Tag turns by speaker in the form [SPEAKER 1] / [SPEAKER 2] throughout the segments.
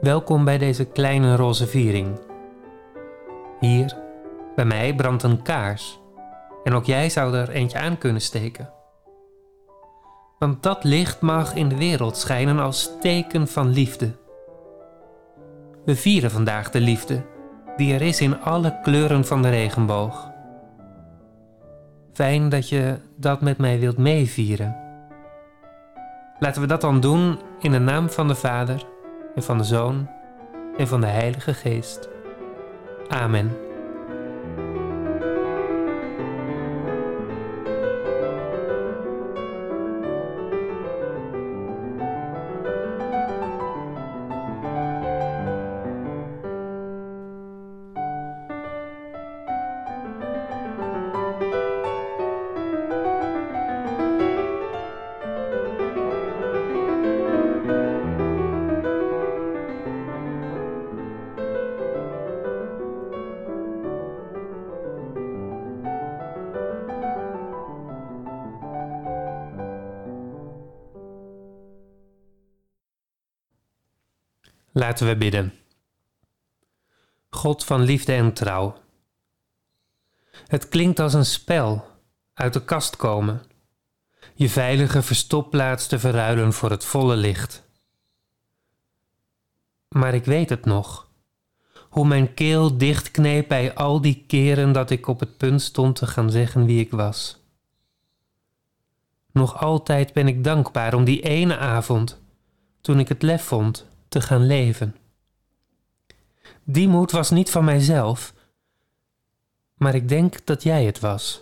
[SPEAKER 1] Welkom bij deze kleine roze viering. Hier, bij mij, brandt een kaars. En ook jij zou er eentje aan kunnen steken. Want dat licht mag in de wereld schijnen als teken van liefde. We vieren vandaag de liefde, die er is in alle kleuren van de regenboog. Fijn dat je dat met mij wilt meevieren. Laten we dat dan doen in de naam van de Vader en van de Zoon en van de Heilige Geest. Amen. Laten we bidden. God van liefde en trouw. Het klinkt als een spel, uit de kast komen. Je veilige verstopplaats te verruilen voor het volle licht. Maar ik weet het nog. Hoe mijn keel dichtkneep bij al die keren dat ik op het punt stond te gaan zeggen wie ik was. Nog altijd ben ik dankbaar om die ene avond, toen ik het lef vond te gaan leven. Die moed was niet van mijzelf, maar ik denk dat jij het was.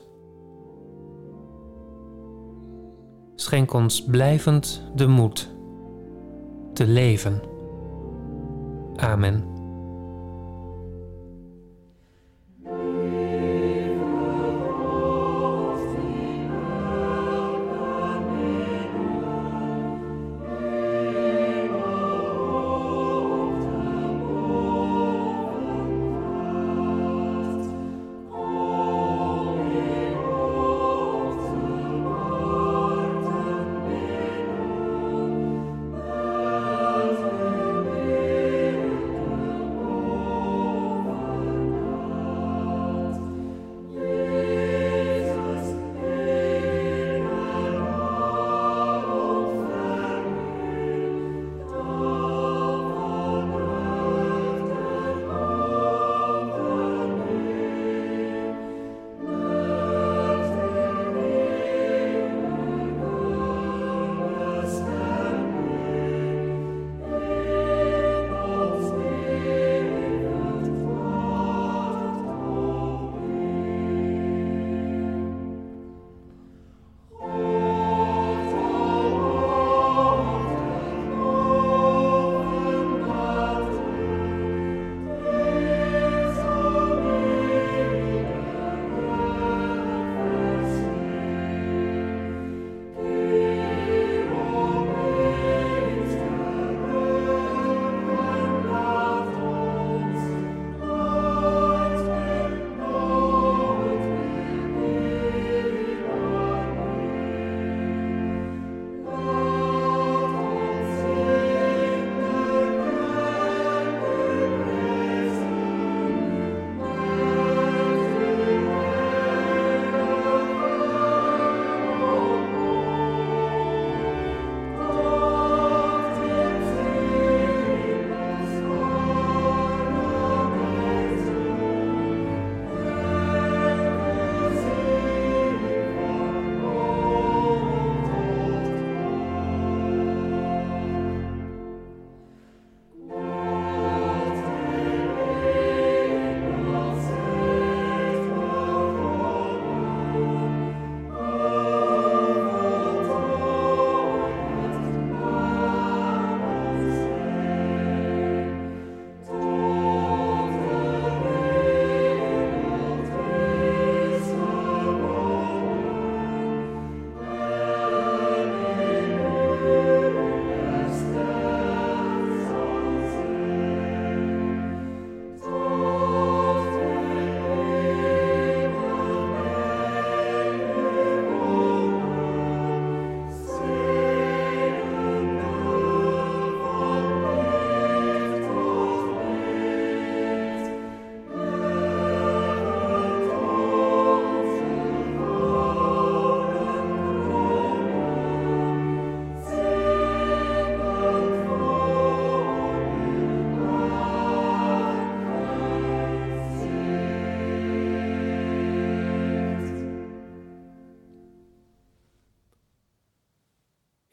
[SPEAKER 1] Schenk ons blijvend de moed te leven. Amen.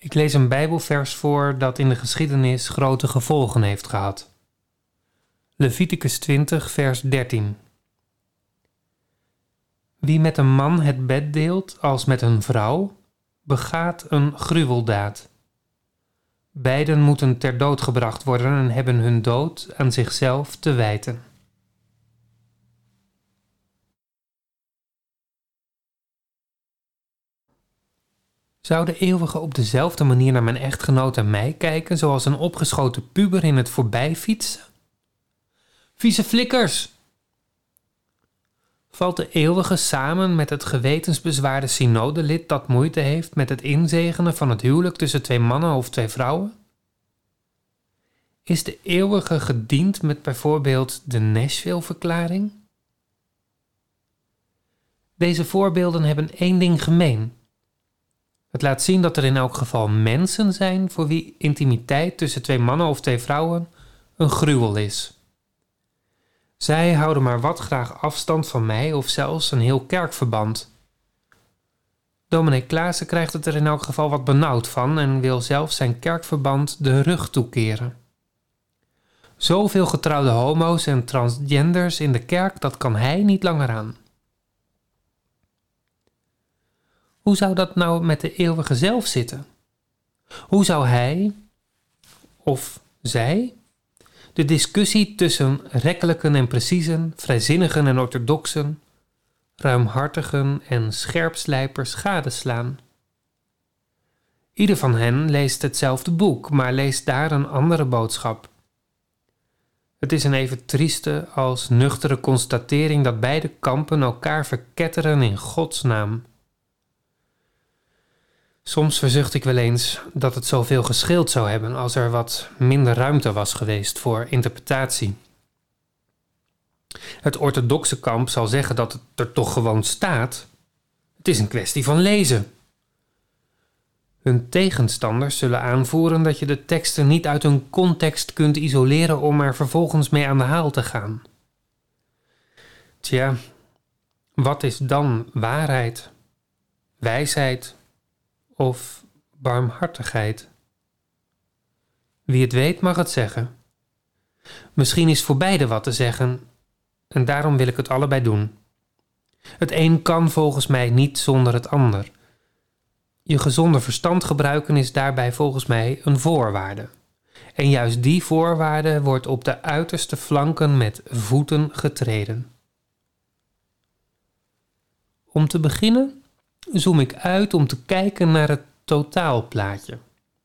[SPEAKER 1] Ik lees een Bijbelvers voor dat in de geschiedenis grote gevolgen heeft gehad. Leviticus 20, vers 13. Wie met een man het bed deelt als met een vrouw, begaat een gruweldaad. Beiden moeten ter dood gebracht worden en hebben hun dood aan zichzelf te wijten. Zou de eeuwige op dezelfde manier naar mijn echtgenoot en mij kijken, zoals een opgeschoten puber in het voorbijfietsen? Vieze flikkers! Valt de eeuwige samen met het gewetensbezwaarde synodelid dat moeite heeft met het inzegenen van het huwelijk tussen 2 mannen of 2 vrouwen? Is de eeuwige gediend met bijvoorbeeld de Nashville-verklaring? Deze voorbeelden hebben één ding gemeen. Het laat zien dat er in elk geval mensen zijn voor wie intimiteit tussen 2 mannen of 2 vrouwen een gruwel is. Zij houden maar wat graag afstand van mij of zelfs een heel kerkverband. Dominee Klaassen krijgt het er in elk geval wat benauwd van en wil zelfs zijn kerkverband de rug toekeren. Zoveel getrouwde homo's en transgenders in de kerk, dat kan hij niet langer aan. Hoe zou dat nou met de eeuwige zelf zitten? Hoe zou hij, of zij, de discussie tussen rekkelijken en preciezen, vrijzinnigen en orthodoxen, ruimhartigen en scherpslijpers gadeslaan? Ieder van hen leest hetzelfde boek, maar leest daar een andere boodschap. Het is een even trieste als nuchtere constatering dat beide kampen elkaar verketteren in Gods naam. Soms verzucht ik wel eens dat het zoveel gescheeld zou hebben als er wat minder ruimte was geweest voor interpretatie. Het orthodoxe kamp zal zeggen dat het er toch gewoon staat. Het is een kwestie van lezen. Hun tegenstanders zullen aanvoeren dat je de teksten niet uit hun context kunt isoleren om er vervolgens mee aan de haal te gaan. Tja, wat is dan waarheid, wijsheid of barmhartigheid? Wie het weet mag het zeggen. Misschien is voor beide wat te zeggen en daarom wil ik het allebei doen. Het een kan volgens mij niet zonder het ander. Je gezonde verstand gebruiken is daarbij volgens mij een voorwaarde. En juist die voorwaarde wordt op de uiterste flanken met voeten getreden. Om te beginnen zoom ik uit om te kijken naar het totaalplaatje.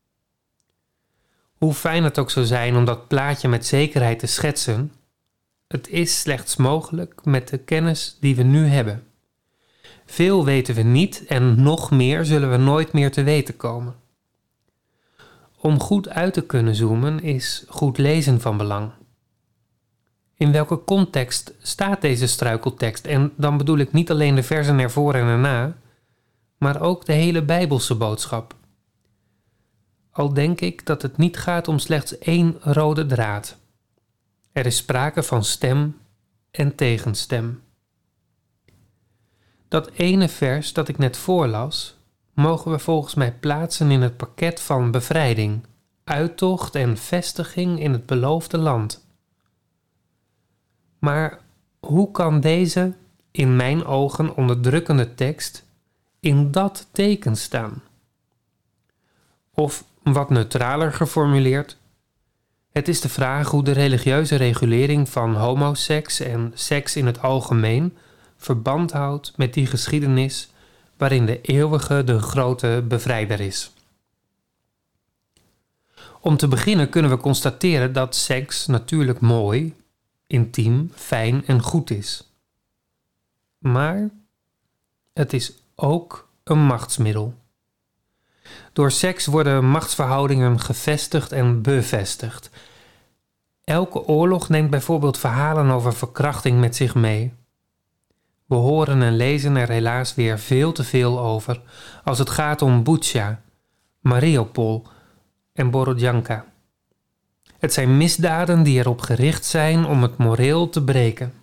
[SPEAKER 1] Hoe fijn het ook zou zijn om dat plaatje met zekerheid te schetsen, het is slechts mogelijk met de kennis die we nu hebben. Veel weten we niet en nog meer zullen we nooit meer te weten komen. Om goed uit te kunnen zoomen is goed lezen van belang. In welke context staat deze struikeltekst? En dan bedoel ik niet alleen de versen ervoor en erna, maar ook de hele Bijbelse boodschap. Al denk ik dat het niet gaat om slechts één rode draad. Er is sprake van stem en tegenstem. Dat ene vers dat ik net voorlas, mogen we volgens mij plaatsen in het pakket van bevrijding, uittocht en vestiging in het beloofde land. Maar hoe kan deze, in mijn ogen onderdrukkende tekst, in dat teken staan? Of wat neutraler geformuleerd, het is de vraag hoe de religieuze regulering van homoseks en seks in het algemeen verband houdt met die geschiedenis waarin de eeuwige de grote bevrijder is. Om te beginnen kunnen we constateren dat seks natuurlijk mooi, intiem, fijn en goed is. Maar het is ook een machtsmiddel. Door seks worden machtsverhoudingen gevestigd en bevestigd. Elke oorlog neemt bijvoorbeeld verhalen over verkrachting met zich mee. We horen en lezen er helaas weer veel te veel over als het gaat om Butsja, Mariupol en Borodjanka. Het zijn misdaden die erop gericht zijn om het moreel te breken.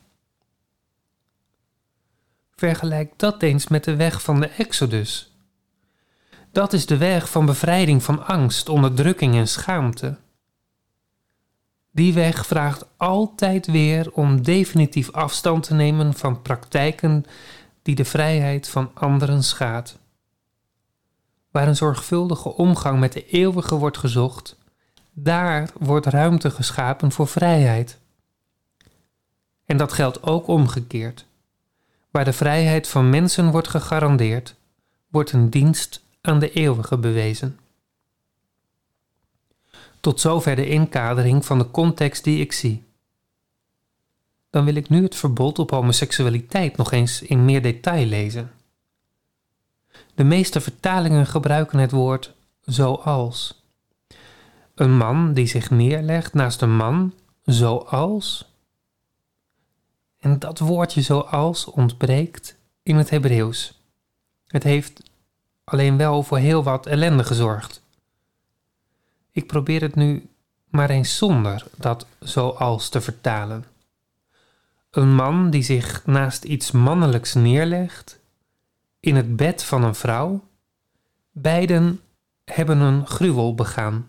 [SPEAKER 1] Vergelijk dat eens met de weg van de Exodus. Dat is de weg van bevrijding van angst, onderdrukking en schaamte. Die weg vraagt altijd weer om definitief afstand te nemen van praktijken die de vrijheid van anderen schaadt. Waar een zorgvuldige omgang met de eeuwige wordt gezocht, daar wordt ruimte geschapen voor vrijheid. En dat geldt ook omgekeerd. Waar de vrijheid van mensen wordt gegarandeerd, wordt een dienst aan de eeuwige bewezen. Tot zover de inkadering van de context die ik zie. Dan wil ik nu het verbod op homoseksualiteit nog eens in meer detail lezen. De meeste vertalingen gebruiken het woord zoals. Een man die zich neerlegt naast een man zoals. En dat woordje zoals ontbreekt in het Hebreeuws. Het heeft alleen wel voor heel wat ellende gezorgd. Ik probeer het nu maar eens zonder dat zoals te vertalen. Een man die zich naast iets mannelijks neerlegt, in het bed van een vrouw, beiden hebben een gruwel begaan.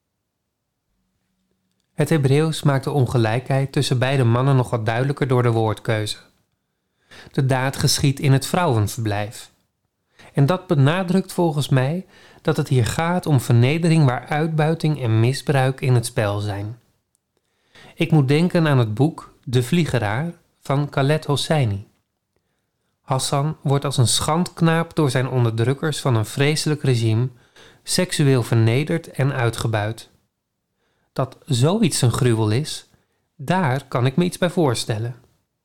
[SPEAKER 1] Het Hebreeuws maakt de ongelijkheid tussen beide mannen nog wat duidelijker door de woordkeuze. De daad geschiedt in het vrouwenverblijf. En dat benadrukt volgens mij dat het hier gaat om vernedering waar uitbuiting en misbruik in het spel zijn. Ik moet denken aan het boek De Vliegeraar van Khaled Hosseini. Hassan wordt als een schandknaap door zijn onderdrukkers van een vreselijk regime seksueel vernederd en uitgebuit. Dat zoiets een gruwel is, daar kan ik me iets bij voorstellen.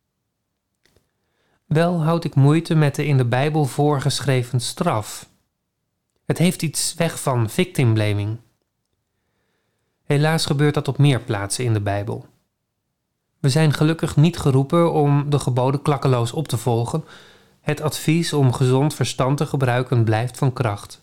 [SPEAKER 1] Wel houd ik moeite met de in de Bijbel voorgeschreven straf. Het heeft iets weg van victim blaming. Helaas gebeurt dat op meer plaatsen in de Bijbel. We zijn gelukkig niet geroepen om de geboden klakkeloos op te volgen. Het advies om gezond verstand te gebruiken blijft van kracht.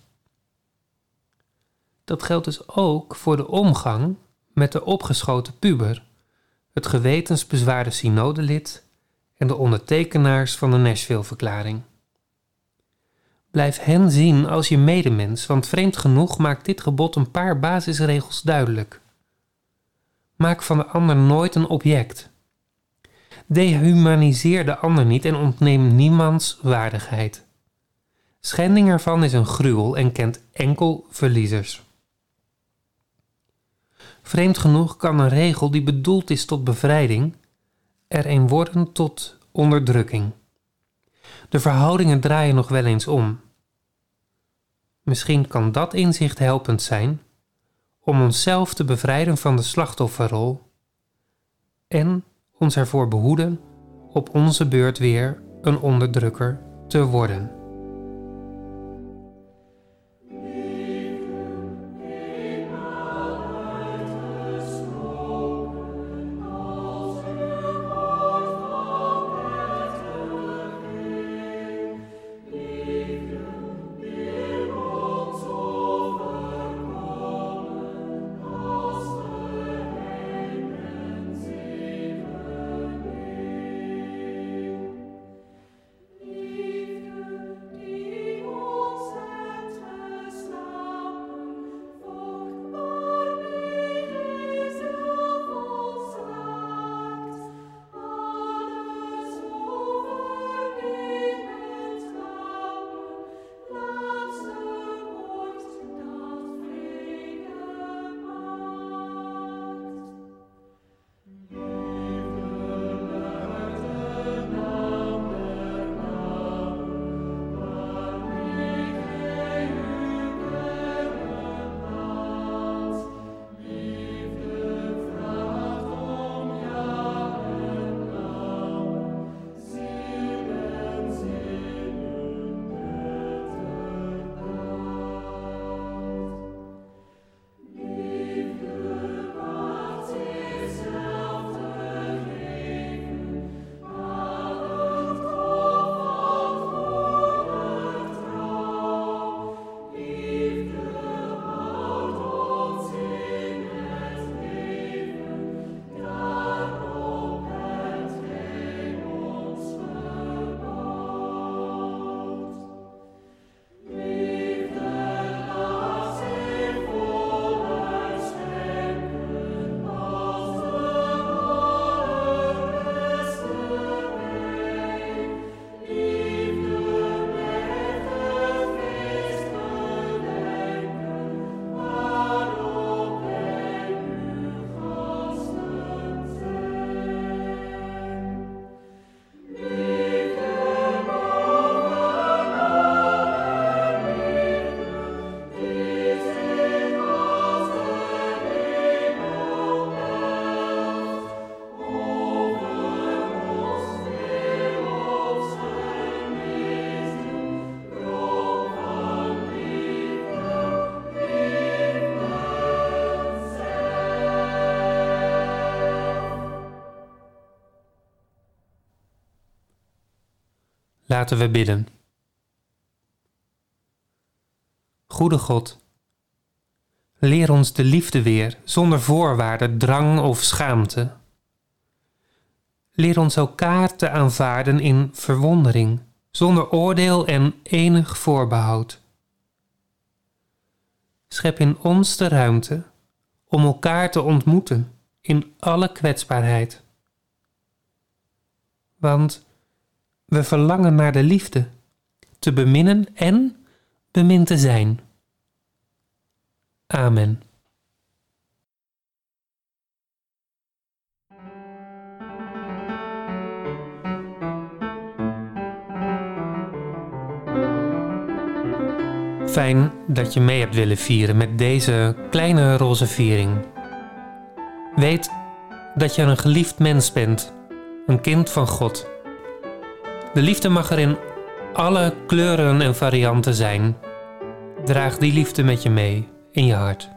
[SPEAKER 1] Dat geldt dus ook voor de omgang met de opgeschoten puber, het gewetensbezwaarde synodelid en de ondertekenaars van de Nashville-verklaring. Blijf hen zien als je medemens, want vreemd genoeg maakt dit gebod een paar basisregels duidelijk. Maak van de ander nooit een object. Dehumaniseer de ander niet en ontneem niemands waardigheid. Schending ervan is een gruwel en kent enkel verliezers. Vreemd genoeg kan een regel die bedoeld is tot bevrijding er een worden tot onderdrukking. De verhoudingen draaien nog wel eens om. Misschien kan dat inzicht helpend zijn om onszelf te bevrijden van de slachtofferrol en ons ervoor behoeden op onze beurt weer een onderdrukker te worden. Laten we bidden. Goede God, leer ons de liefde weer, zonder voorwaarden, drang of schaamte. Leer ons elkaar te aanvaarden in verwondering, zonder oordeel en enig voorbehoud. Schep in ons de ruimte om elkaar te ontmoeten in alle kwetsbaarheid. Want we verlangen naar de liefde, te beminnen en bemind te zijn. Amen. Fijn dat je mee hebt willen vieren met deze kleine roze viering. Weet dat je een geliefd mens bent, een kind van God. De liefde mag er in alle kleuren en varianten zijn. Draag die liefde met je mee in je hart.